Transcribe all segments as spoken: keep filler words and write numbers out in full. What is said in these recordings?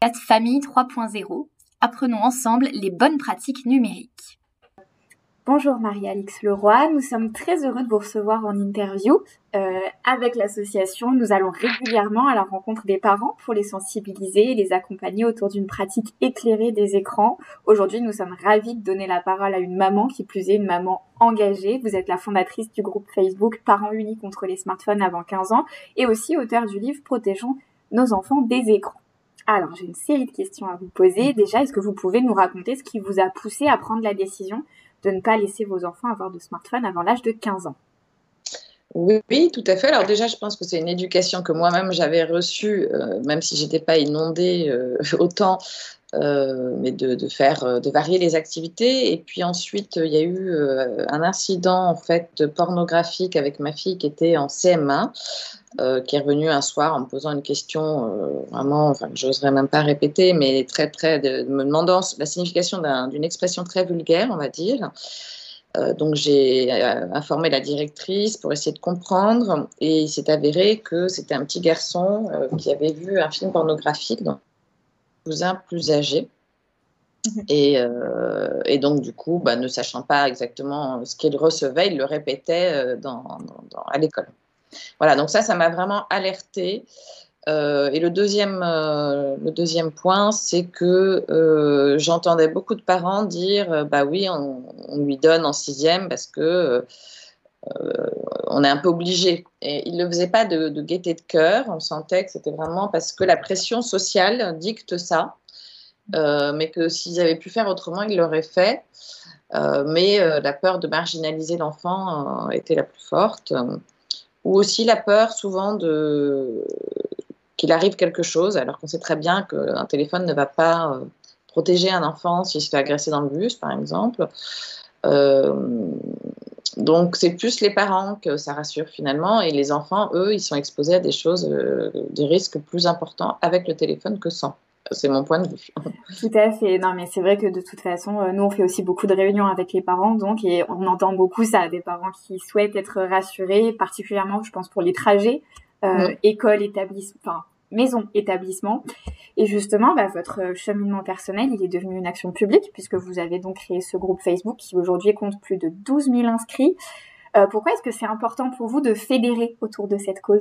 podcast Famille trois point zéro. Apprenons ensemble les bonnes pratiques numériques. Bonjour Marie-Alix Leroy, nous sommes très heureux de vous recevoir en interview. Euh, avec l'association, nous allons régulièrement à la rencontre des parents pour les sensibiliser et les accompagner autour d'une pratique éclairée des écrans. Aujourd'hui, nous sommes ravis de donner la parole à une maman, qui plus est une maman engagée. Vous êtes la fondatrice du groupe Facebook Parents Unis contre les smartphones avant quinze ans et aussi auteur du livre Protégeons nos enfants des écrans. Alors, j'ai une série de questions à vous poser. Déjà, est-ce que vous pouvez nous raconter ce qui vous a poussé à prendre la décision de ne pas laisser vos enfants avoir de smartphone avant l'âge de quinze ans? Oui, oui, tout à fait. Alors déjà, je pense que c'est une éducation que moi-même j'avais reçue, euh, même si je n'étais pas inondée euh, autant, euh, mais de, de faire, de varier les activités. Et puis ensuite, il y a eu euh, un incident en fait pornographique avec ma fille qui était en C M un. Euh, qui est revenu un soir en me posant une question euh, vraiment, enfin, j'oserais même pas répéter, mais très, très, de, me demandant la signification d'un, d'une expression très vulgaire, on va dire. Euh, donc, j'ai euh, informé la directrice pour essayer de comprendre, et il s'est avéré que c'était un petit garçon euh, qui avait vu un film pornographique d'un cousin plus âgé. Et, euh, et donc, du coup, bah, ne sachant pas exactement ce qu'il recevait, il le répétait euh, dans, dans, dans, à l'école. Voilà, donc ça, ça m'a vraiment alertée. Euh, et le deuxième, euh, le deuxième point, c'est que euh, j'entendais beaucoup de parents dire euh, bah oui, on, on lui donne en sixième parce que euh, on est un peu obligé. Et ils ne le faisaient pas de, de gaieté de cœur. On sentait que c'était vraiment parce que la pression sociale dicte ça, euh, mais que s'ils avaient pu faire autrement, ils l'auraient fait. Euh, mais euh, la peur de marginaliser l'enfant euh, était la plus forte. Ou aussi la peur souvent de... qu'il arrive quelque chose, alors qu'on sait très bien qu'un téléphone ne va pas euh, protéger un enfant s'il se fait agresser dans le bus, par exemple. Euh, donc, c'est plus les parents que ça rassure finalement, et les enfants, eux, ils sont exposés à des choses, euh, des risques plus importants avec le téléphone que sans. C'est mon point de vue. Tout à fait. Non, mais c'est vrai que de toute façon, nous, on fait aussi beaucoup de réunions avec les parents, donc, et on entend beaucoup ça, des parents qui souhaitent être rassurés, particulièrement, je pense, pour les trajets, euh, mmh. école, établissement, enfin, maison, établissement. Et justement, bah, votre cheminement personnel, il est devenu une action publique, puisque vous avez donc créé ce groupe Facebook qui aujourd'hui compte plus de douze mille inscrits. Euh, pourquoi est-ce que c'est important pour vous de fédérer autour de cette cause ?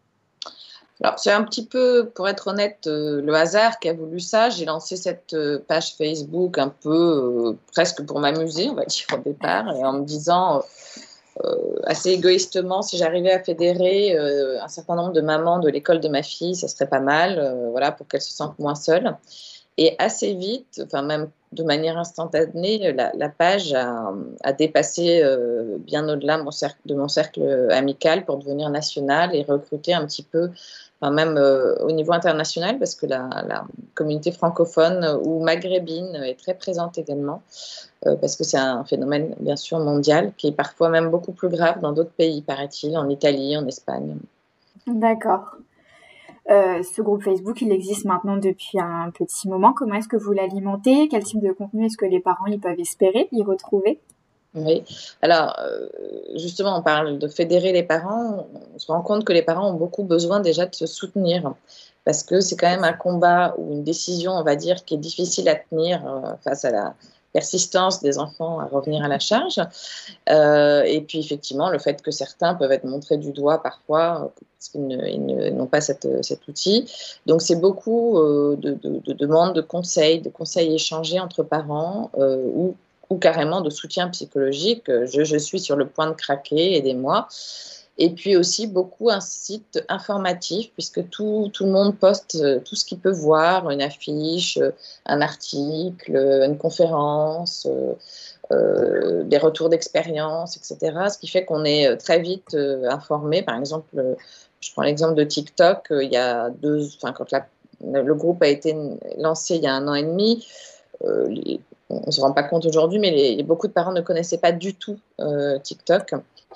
Alors, c'est un petit peu, pour être honnête, euh, le hasard qui a voulu ça. J'ai lancé cette euh, page Facebook un peu, euh, presque pour m'amuser, on va dire, au départ, et en me disant, euh, assez égoïstement, si j'arrivais à fédérer euh, un certain nombre de mamans de l'école de ma fille, ça serait pas mal, euh, voilà, pour qu'elles se sentent moins seules. Et assez vite, enfin même de manière instantanée, la, la page a, a dépassé euh, bien au-delà mon cercle, de mon cercle amical pour devenir nationale et recruter un petit peu, enfin même euh, au niveau international, parce que la, la communauté francophone ou maghrébine est très présente également, euh, parce que c'est un phénomène bien sûr mondial qui est parfois même beaucoup plus grave dans d'autres pays, paraît-il, en Italie, en Espagne. D'accord. Euh, ce groupe Facebook, il existe maintenant depuis un petit moment. Comment est-ce que vous l'alimentez ? Quel type de contenu est-ce que les parents ils peuvent espérer y retrouver ? Oui, alors euh, justement, on parle de fédérer les parents. On se rend compte que les parents ont beaucoup besoin déjà de se soutenir parce que c'est quand même un combat ou une décision, on va dire, qui est difficile à tenir euh, face à la persistance des enfants à revenir à la charge. Euh, et puis effectivement, le fait que certains peuvent être montrés du doigt parfois parce qu'ils ne, ils ne, n'ont pas cette, cet outil. Donc c'est beaucoup euh, de, de, de demandes de conseils, de conseils échangés entre parents euh, ou, ou carrément de soutien psychologique. Je, je suis sur le point de craquer, aidez-moi. Et puis aussi beaucoup un site informatif, puisque tout, tout le monde poste tout ce qu'il peut voir, une affiche, un article, une conférence, euh, euh, des retours d'expérience, et cetera. Ce qui fait qu'on est très vite euh, informé. Par exemple, je prends l'exemple de TikTok, euh, il y a deux, enfin, quand la, le groupe a été lancé il y a un an et demi, euh, les, on ne se rend pas compte aujourd'hui, mais les, beaucoup de parents ne connaissaient pas du tout euh, TikTok.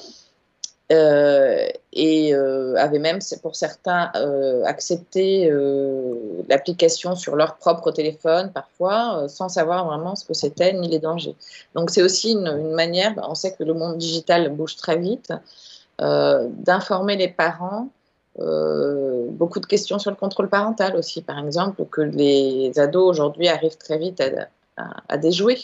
Euh, et euh, avaient même, pour certains, euh, accepté euh, l'application sur leur propre téléphone parfois, euh, sans savoir vraiment ce que c'était ni les dangers. Donc c'est aussi une, une manière, on sait que le monde digital bouge très vite, euh, d'informer les parents Euh, beaucoup de questions sur le contrôle parental aussi, par exemple, que les ados aujourd'hui arrivent très vite à, à, à déjouer.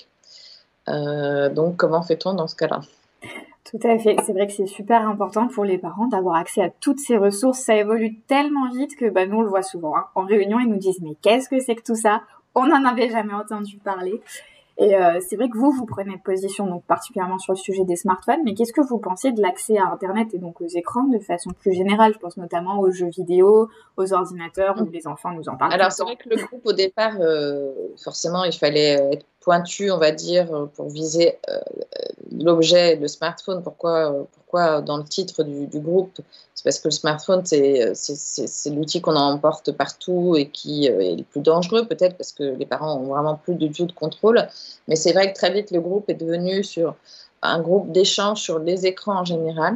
Euh, donc, comment fait-on dans ce cas-là ? Tout à fait. C'est vrai que c'est super important pour les parents d'avoir accès à toutes ces ressources. Ça évolue tellement vite que bah, nous, on le voit souvent. Hein. En réunion, ils nous disent « Mais qu'est-ce que c'est que tout ça ? On n'en avait jamais entendu parler. » Et euh, c'est vrai que vous, vous prenez position donc particulièrement sur le sujet des smartphones, mais qu'est-ce que vous pensez de l'accès à Internet et donc aux écrans de façon plus générale ? Je pense notamment aux jeux vidéo, aux ordinateurs, où les enfants nous en parlent. Alors, c'est vrai que le groupe, au départ, euh, forcément, il fallait être pointu, on va dire, pour viser euh, l'objet, le smartphone. Pourquoi, pourquoi dans le titre du, du groupe ? C'est parce que le smartphone, c'est, c'est, c'est, c'est l'outil qu'on emporte partout et qui est le plus dangereux, peut-être, parce que les parents ont vraiment plus du tout de contrôle. Mais c'est vrai que très vite, le groupe est devenu sur un groupe d'échange sur les écrans en général.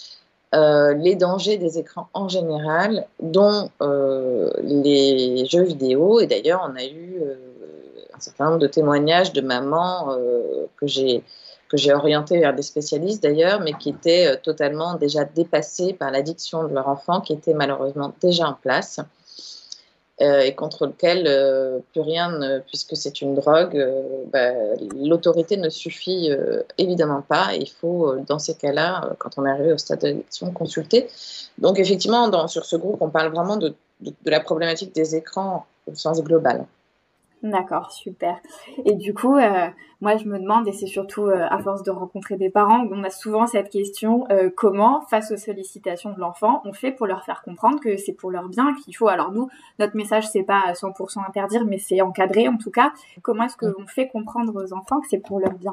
Euh, les dangers des écrans en général, dont euh, les jeux vidéo. Et d'ailleurs, on a eu euh, un certain nombre de témoignages de mamans euh, que j'ai que j'ai orientées vers des spécialistes d'ailleurs, mais qui étaient euh, totalement déjà dépassées par l'addiction de leur enfant, qui était malheureusement déjà en place. Euh, et contre lequel euh, plus rien, ne, puisque c'est une drogue, euh, bah, l'autorité ne suffit euh, évidemment pas. Il faut, euh, dans ces cas-là, euh, quand on est arrivé au stade d'addiction, consulter. Donc effectivement, dans, sur ce groupe, on parle vraiment de, de, de la problématique des écrans au sens global. D'accord, super. Et du coup, euh, moi je me demande, et c'est surtout euh, à force de rencontrer des parents, on a souvent cette question, euh, comment, face aux sollicitations de l'enfant, on fait pour leur faire comprendre que c'est pour leur bien qu'il faut, alors nous, notre message c'est pas à cent pour cent interdire, mais c'est encadré en tout cas, comment est-ce qu'on fait comprendre aux enfants que c'est pour leur bien ?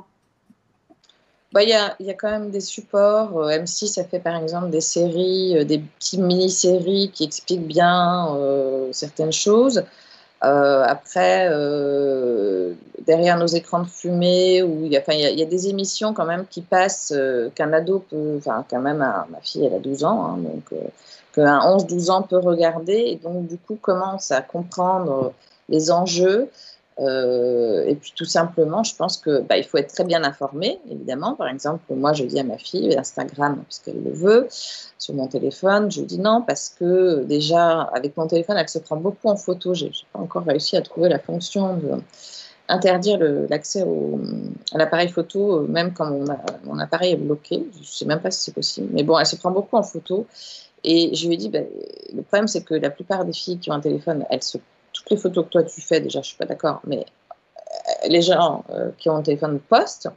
Bah, y a, y a quand même des supports. Euh, M six a fait par exemple des séries, euh, des petites mini-séries qui expliquent bien euh, certaines choses. Euh, après, euh, derrière nos écrans de fumée, où il y, y, y a des émissions quand même qui passent, euh, qu'un ado peut, enfin quand même, un, ma fille elle a douze ans, hein, donc euh, qu'un onze douze ans peut regarder, et donc du coup commence à comprendre les enjeux. Euh, et puis tout simplement, je pense que bah, il faut être très bien informé, évidemment. Par exemple, moi, je dis à ma fille, Instagram, puisqu'elle le veut, sur mon téléphone, je lui dis non, parce que déjà, avec mon téléphone, elle se prend beaucoup en photo. Je n'ai pas encore réussi à trouver la fonction de interdire le, l'accès au, à l'appareil photo, même quand mon, mon appareil est bloqué. Je ne sais même pas si c'est possible. Mais bon, elle se prend beaucoup en photo. Et je lui ai dit, bah, le problème, c'est que la plupart des filles qui ont un téléphone, elles se toutes les photos que toi tu fais, déjà je suis pas d'accord, mais les gens euh, qui ont un téléphone postent,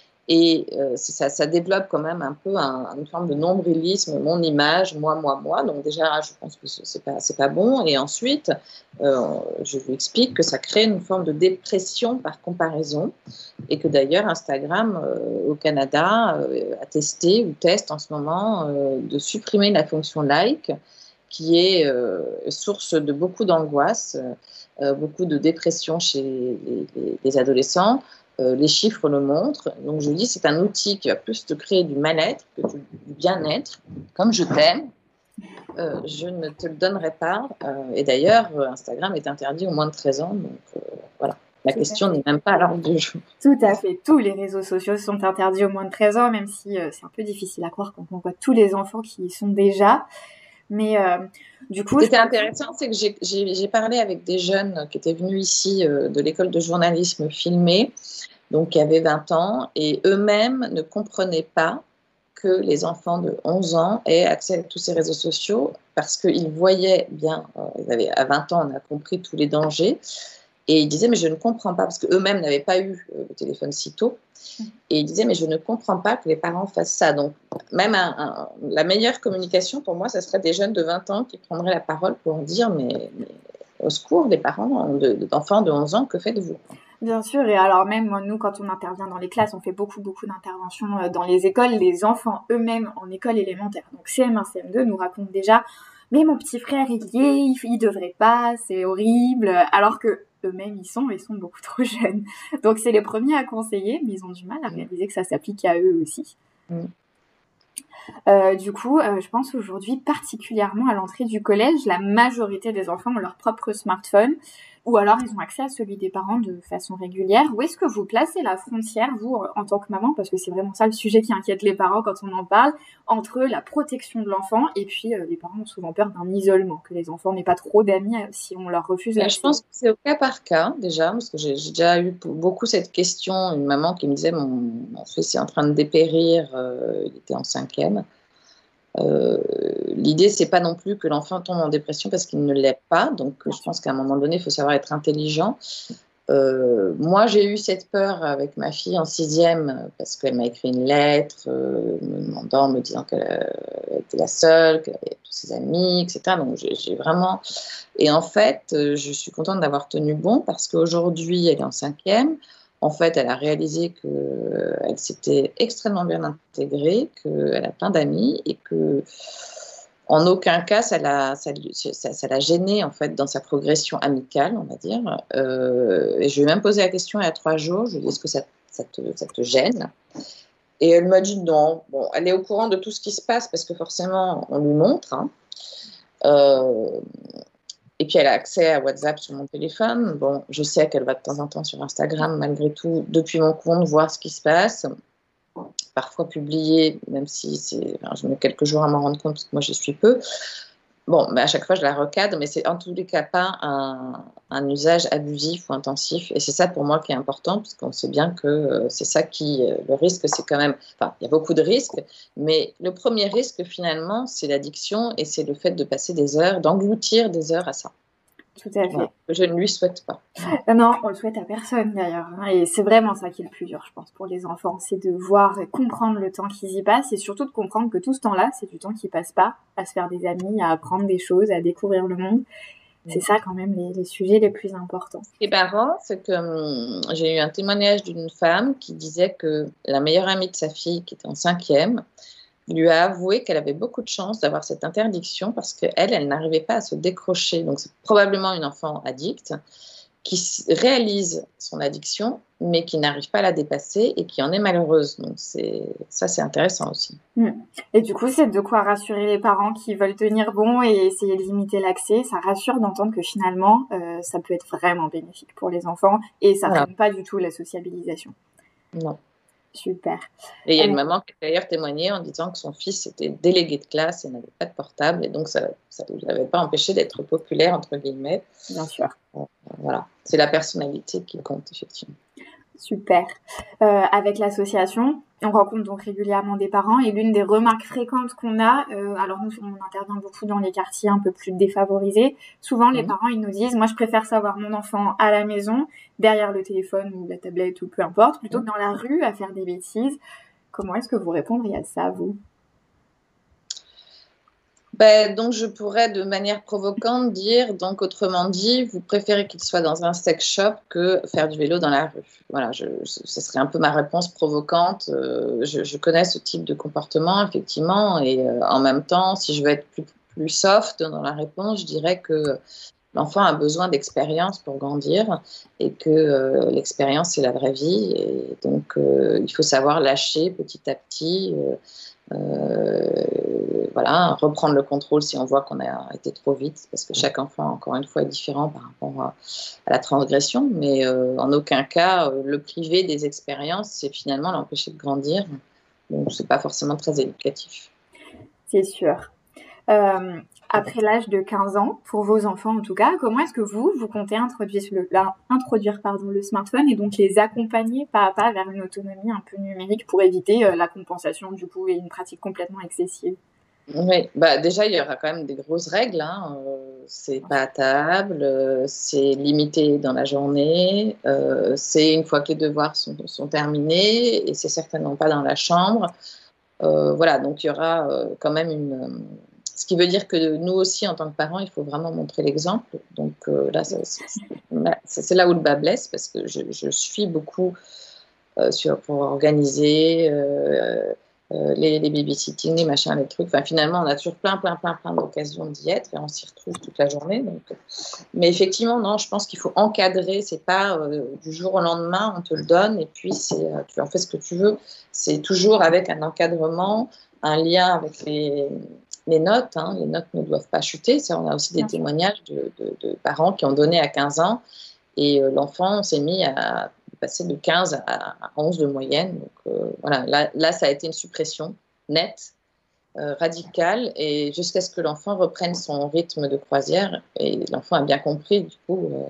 et euh, ça, ça développe quand même un peu un, une forme de nombrilisme, mon image, moi, moi, moi, donc déjà je pense que c'est pas, c'est pas bon, et ensuite euh, je lui explique que ça crée une forme de dépression par comparaison, et que d'ailleurs Instagram euh, au Canada euh, a testé ou teste en ce moment euh, de supprimer la fonction like, qui est euh, source de beaucoup d'angoisse, euh, beaucoup de dépression chez les, les, les adolescents. Euh, les chiffres le montrent. Donc je lui dis, c'est un outil qui va plus te créer du mal-être que du, du bien-être. Comme je t'aime, euh, je ne te le donnerai pas. Euh, et d'ailleurs, Instagram est interdit aux moins de treize ans. Donc euh, voilà. La Tout question n'est même pas à l'ordre du jour. Tout à fait. Tous les réseaux sociaux sont interdits aux moins de treize ans, même si euh, c'est un peu difficile à croire quand on voit tous les enfants qui y sont déjà. Mais euh, du coup, ce qui était intéressant, c'est que j'ai, j'ai, j'ai parlé avec des jeunes qui étaient venus ici euh, de l'école de journalisme filmé, donc qui avaient vingt ans, et eux-mêmes ne comprenaient pas que les enfants de onze ans aient accès à tous ces réseaux sociaux, parce qu'ils voyaient bien, euh, ils avaient, à vingt ans, on a compris tous les dangers, et ils disaient, mais je ne comprends pas, parce qu'eux-mêmes n'avaient pas eu euh, le téléphone si tôt. Et il disait, mais je ne comprends pas que les parents fassent ça. Donc, même un, un, la meilleure communication, pour moi, ce serait des jeunes de vingt ans qui prendraient la parole pour dire, mais, mais au secours, les parents de, d'enfants de onze ans, que faites-vous ? Bien sûr, et alors même, nous, quand on intervient dans les classes, on fait beaucoup, beaucoup d'interventions dans les écoles. Les enfants eux-mêmes en école élémentaire, donc C M un, C M deux, nous racontent déjà, mais mon petit frère, il y est, il, il devrait pas, c'est horrible, alors que eux-mêmes, ils sont, ils sont beaucoup trop jeunes. Donc, c'est les premiers à conseiller, mais ils ont du mal à réaliser que ça s'applique à eux aussi. Mm. Euh, du coup, euh, je pense aujourd'hui, particulièrement à l'entrée du collège, la majorité des enfants ont leur propre smartphone. ou alors ils ont accès à celui des parents de façon régulière. Où est-ce que vous placez la frontière, vous, en tant que maman, parce que c'est vraiment ça le sujet qui inquiète les parents quand on en parle, entre la protection de l'enfant et puis euh, les parents ont souvent peur d'un isolement, que les enfants n'aient pas trop d'amis euh, si on leur refuse l'accès. Je pense que c'est au cas par cas déjà, parce que j'ai déjà eu beaucoup cette question, une maman qui me disait mon, mon fils est en train de dépérir, euh, il était en cinquième. Euh, L'idée, c'est pas non plus que l'enfant tombe en dépression parce qu'il ne l'est pas. Donc, je pense qu'à un moment donné, il faut savoir être intelligent. Euh, moi, j'ai eu cette peur avec ma fille en sixième parce qu'elle m'a écrit une lettre euh, me demandant, me disant qu'elle euh, était la seule, qu'elle avait tous ses amis, et cetera. Donc, j'ai vraiment... Et en fait, euh, je suis contente d'avoir tenu bon parce qu'aujourd'hui, elle est en cinquième. En fait, elle a réalisé qu'elle s'était extrêmement bien intégrée, qu'elle a plein d'amis et que, en aucun cas, ça l'a, ça, ça, ça l'a gênée en fait dans sa progression amicale, on va dire. Euh, et je lui ai même posé la question il y a trois jours. Je lui ai dit est-ce que ça, ça, te, ça te gêne? Et elle m'a dit non. Bon, elle est au courant de tout ce qui se passe parce que forcément, on lui montre. Hein. Euh, Et puis, elle a accès à WhatsApp sur mon téléphone. Bon, je sais qu'elle va de temps en temps sur Instagram, malgré tout, depuis mon compte, voir ce qui se passe. Parfois publier, même si c'est, enfin, je mets quelques jours à m'en rendre compte, parce que moi, j'y suis peu. Bon, mais à chaque fois, je la recadre, mais c'est en tous les cas pas un, un usage abusif ou intensif. Et c'est ça, pour moi, qui est important, parce qu'on sait bien que euh, c'est ça qui... Euh, le risque, c'est quand même... Enfin, il y a beaucoup de risques, mais le premier risque, finalement, c'est l'addiction et c'est le fait de passer des heures, d'engloutir des heures à ça. Tout à fait. Voilà. Je ne lui souhaite pas. Non, on le souhaite à personne d'ailleurs. Et c'est vraiment ça qui est le plus dur, je pense, pour les enfants. C'est de voir et comprendre le temps qu'ils y passent et surtout de comprendre que tout ce temps-là, c'est du temps qu'ils passent pas à se faire des amis, à apprendre des choses, à découvrir le monde. C'est ça quand même les, les sujets les plus importants. Ce qui est marrant, c'est que hum, j'ai eu un témoignage d'une femme qui disait que la meilleure amie de sa fille, qui était en cinquième, lui a avoué qu'elle avait beaucoup de chance d'avoir cette interdiction parce qu'elle, elle n'arrivait pas à se décrocher. Donc, c'est probablement une enfant addicte qui réalise son addiction, mais qui n'arrive pas à la dépasser et qui en est malheureuse. Donc, c'est... ça, c'est intéressant aussi. Mmh. Et du coup, c'est de quoi rassurer les parents qui veulent tenir bon et essayer de limiter l'accès. Ça rassure d'entendre que finalement, euh, ça peut être vraiment bénéfique pour les enfants et ça ne Voilà. freine pas du tout la sociabilisation. Non. Super. Et il y a une maman qui a d'ailleurs témoigné en disant que son fils était délégué de classe et n'avait pas de portable, et donc ça ne l'avait pas empêché d'être populaire, entre guillemets. Bien sûr. Euh, voilà, c'est la personnalité qui compte, effectivement. Super. Euh, avec l'association, on rencontre donc régulièrement des parents et l'une des remarques fréquentes qu'on a, euh, alors nous on intervient beaucoup dans les quartiers un peu plus défavorisés, souvent les mmh. parents ils nous disent moi je préfère savoir mon enfant à la maison, derrière le téléphone ou la tablette ou peu importe, plutôt que dans la rue à faire des bêtises. Comment est-ce que vous répondriez à ça, vous ? Ben, donc, je pourrais de manière provocante dire, donc autrement dit, vous préférez qu'il soit dans un sex shop que faire du vélo dans la rue. Voilà, je, ce serait un peu ma réponse provocante. Euh, je, je connais ce type de comportement, effectivement, et euh, en même temps, si je veux être plus, plus soft dans la réponse, je dirais que l'enfant a besoin d'expérience pour grandir et que euh, l'expérience, c'est la vraie vie. Et donc, euh, il faut savoir lâcher petit à petit. Euh, Euh, voilà, reprendre le contrôle si on voit qu'on a été trop vite, parce que chaque enfant, encore une fois, est différent par rapport à, à la transgression, mais euh, en aucun cas, euh, le priver des expériences, c'est finalement l'empêcher de grandir, donc c'est pas forcément très éducatif. C'est sûr. Euh, après l'âge de quinze ans, pour vos enfants en tout cas, comment est-ce que vous, vous comptez introduire le, là, introduire, pardon, le smartphone et donc les accompagner pas à pas vers une autonomie un peu numérique pour éviter euh, la compensation du coup et une pratique complètement excessive? Oui, bah déjà il y aura quand même des grosses règles, hein. Euh, c'est pas à table, euh, c'est limité dans la journée, euh, c'est une fois que les devoirs sont, sont terminés et c'est certainement pas dans la chambre. Euh, voilà, donc il y aura euh, quand même une... Ce qui veut dire que nous aussi, en tant que parents, il faut vraiment montrer l'exemple. Donc euh, là, c'est, c'est, c'est là où le bas blesse, parce que je, je suis beaucoup euh, sur, pour organiser euh, euh, les, les babysitting, les machins, les trucs. Enfin, finalement, on a toujours plein, plein, plein, plein d'occasions d'y être et on s'y retrouve toute la journée. Donc. Mais effectivement, non, je pense qu'il faut encadrer. C'est pas euh, du jour au lendemain, on te le donne et puis c'est, euh, tu en fais ce que tu veux. C'est toujours avec un encadrement, un lien avec les les notes, hein, les notes ne doivent pas chuter. Ça, on a aussi des Bien témoignages de, de, de parents qui ont donné à quinze ans et euh, l'enfant s'est mis à passer de quinze à onze de moyenne. Donc euh, voilà, là, là, ça a été une suppression nette, euh, radicale, et jusqu'à ce que l'enfant reprenne son rythme de croisière. Et l'enfant a bien compris, du coup, euh,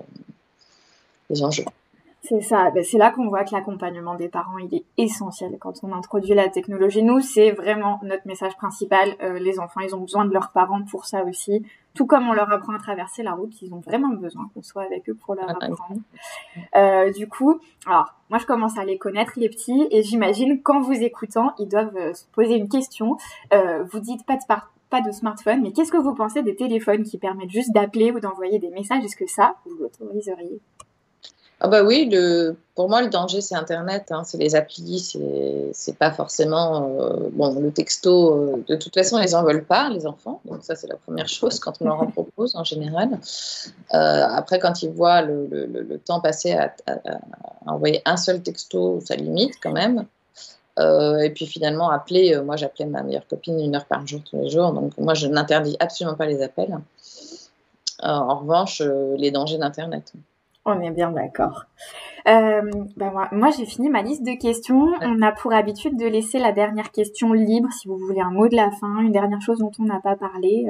les enjeux. C'est ça, ben c'est là qu'on voit que l'accompagnement des parents, il est essentiel quand on introduit la technologie. Nous, c'est vraiment notre message principal. Euh, les enfants, ils ont besoin de leurs parents pour ça aussi. Tout comme on leur apprend à traverser la route, ils ont vraiment besoin qu'on soit avec eux pour leur apprendre. Euh, du coup, alors, moi, je commence à les connaître, les petits, et j'imagine qu'en vous écoutant, ils doivent euh, se poser une question. Euh, vous dites pas de par- pas de smartphone, mais qu'est-ce que vous pensez des téléphones qui permettent juste d'appeler ou d'envoyer des messages? Est-ce que ça, vous l'autoriseriez? Ah bah oui, le, pour moi, le danger, c'est Internet, hein, c'est les applis, c'est, c'est pas forcément... Euh, bon, le texto, euh, de toute façon, ils n'en veulent pas, les enfants, donc ça, c'est la première chose quand on leur en propose, en général. Euh, après, quand ils voient le, le, le temps passé à, à, à envoyer un seul texto, ça limite quand même. Euh, et puis finalement, appeler, euh, moi, j'appelais ma meilleure copine une heure par jour, tous les jours, donc moi, je n'interdis absolument pas les appels. Euh, en revanche, euh, les dangers d'Internet. On est bien d'accord. Euh, ben moi, moi, j'ai fini ma liste de questions. On a pour habitude de laisser la dernière question libre, si vous voulez un mot de la fin, une dernière chose dont on n'a pas parlé.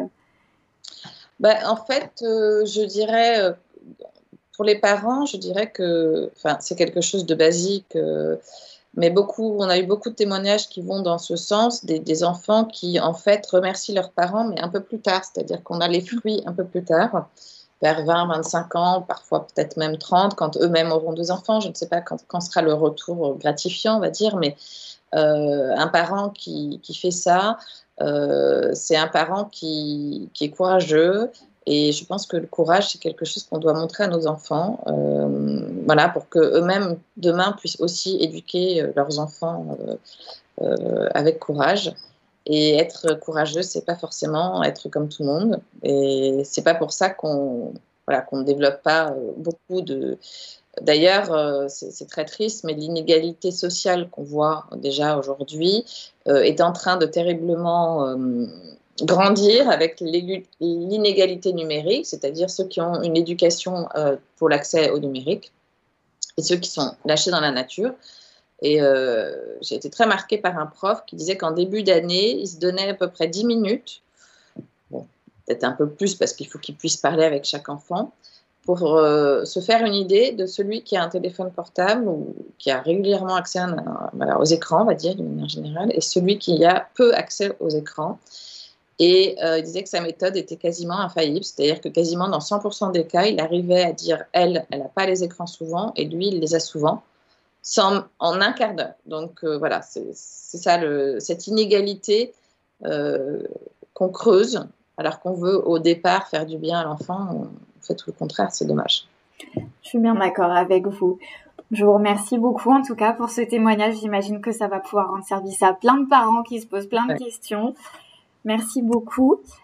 Ben, en fait, euh, je dirais, euh, pour les parents, je dirais que c'est quelque chose de basique, euh, mais beaucoup, on a eu beaucoup de témoignages qui vont dans ce sens, des, des enfants qui, en fait, remercient leurs parents, mais un peu plus tard, c'est-à-dire qu'on a les fruits un peu plus tard, vers vingt, vingt-cinq ans, parfois peut-être même trente, quand eux-mêmes auront deux enfants. Je ne sais pas quand, quand sera le retour gratifiant, on va dire, mais euh, un parent qui, qui fait ça, euh, c'est un parent qui, qui est courageux. Et je pense que le courage, c'est quelque chose qu'on doit montrer à nos enfants, euh, voilà, pour qu'eux-mêmes, demain, puissent aussi éduquer leurs enfants euh, euh, avec courage. Et être courageux, c'est pas forcément être comme tout le monde. Et c'est pas pour ça qu'on voilà, qu'on ne développe pas beaucoup de... D'ailleurs, euh, c'est, c'est très triste, mais l'inégalité sociale qu'on voit déjà aujourd'hui euh, est en train de terriblement euh, grandir avec l'inégalité numérique, c'est-à-dire ceux qui ont une éducation euh, pour l'accès au numérique et ceux qui sont lâchés dans la nature. Et euh, j'ai été très marquée par un prof qui disait qu'en début d'année, il se donnait à peu près dix minutes, bon, peut-être un peu plus parce qu'il faut qu'il puisse parler avec chaque enfant, pour euh, se faire une idée de celui qui a un téléphone portable ou qui a régulièrement accès à, à, aux écrans, on va dire, d'une manière générale, et celui qui a peu accès aux écrans. Et euh, il disait que sa méthode était quasiment infaillible, c'est-à-dire que quasiment dans cent pour cent des cas, il arrivait à dire « elle, elle n'a pas les écrans souvent » et lui, il les a souvent. Sans, en un quart d'heure. Donc euh, voilà, c'est, c'est ça, le, cette inégalité euh, qu'on creuse, alors qu'on veut au départ faire du bien à l'enfant, on fait tout le contraire, c'est dommage. Je suis bien d'accord avec vous. Je vous remercie beaucoup en tout cas pour ce témoignage. J'imagine que ça va pouvoir rendre service à plein de parents qui se posent plein de ouais. questions. Merci beaucoup.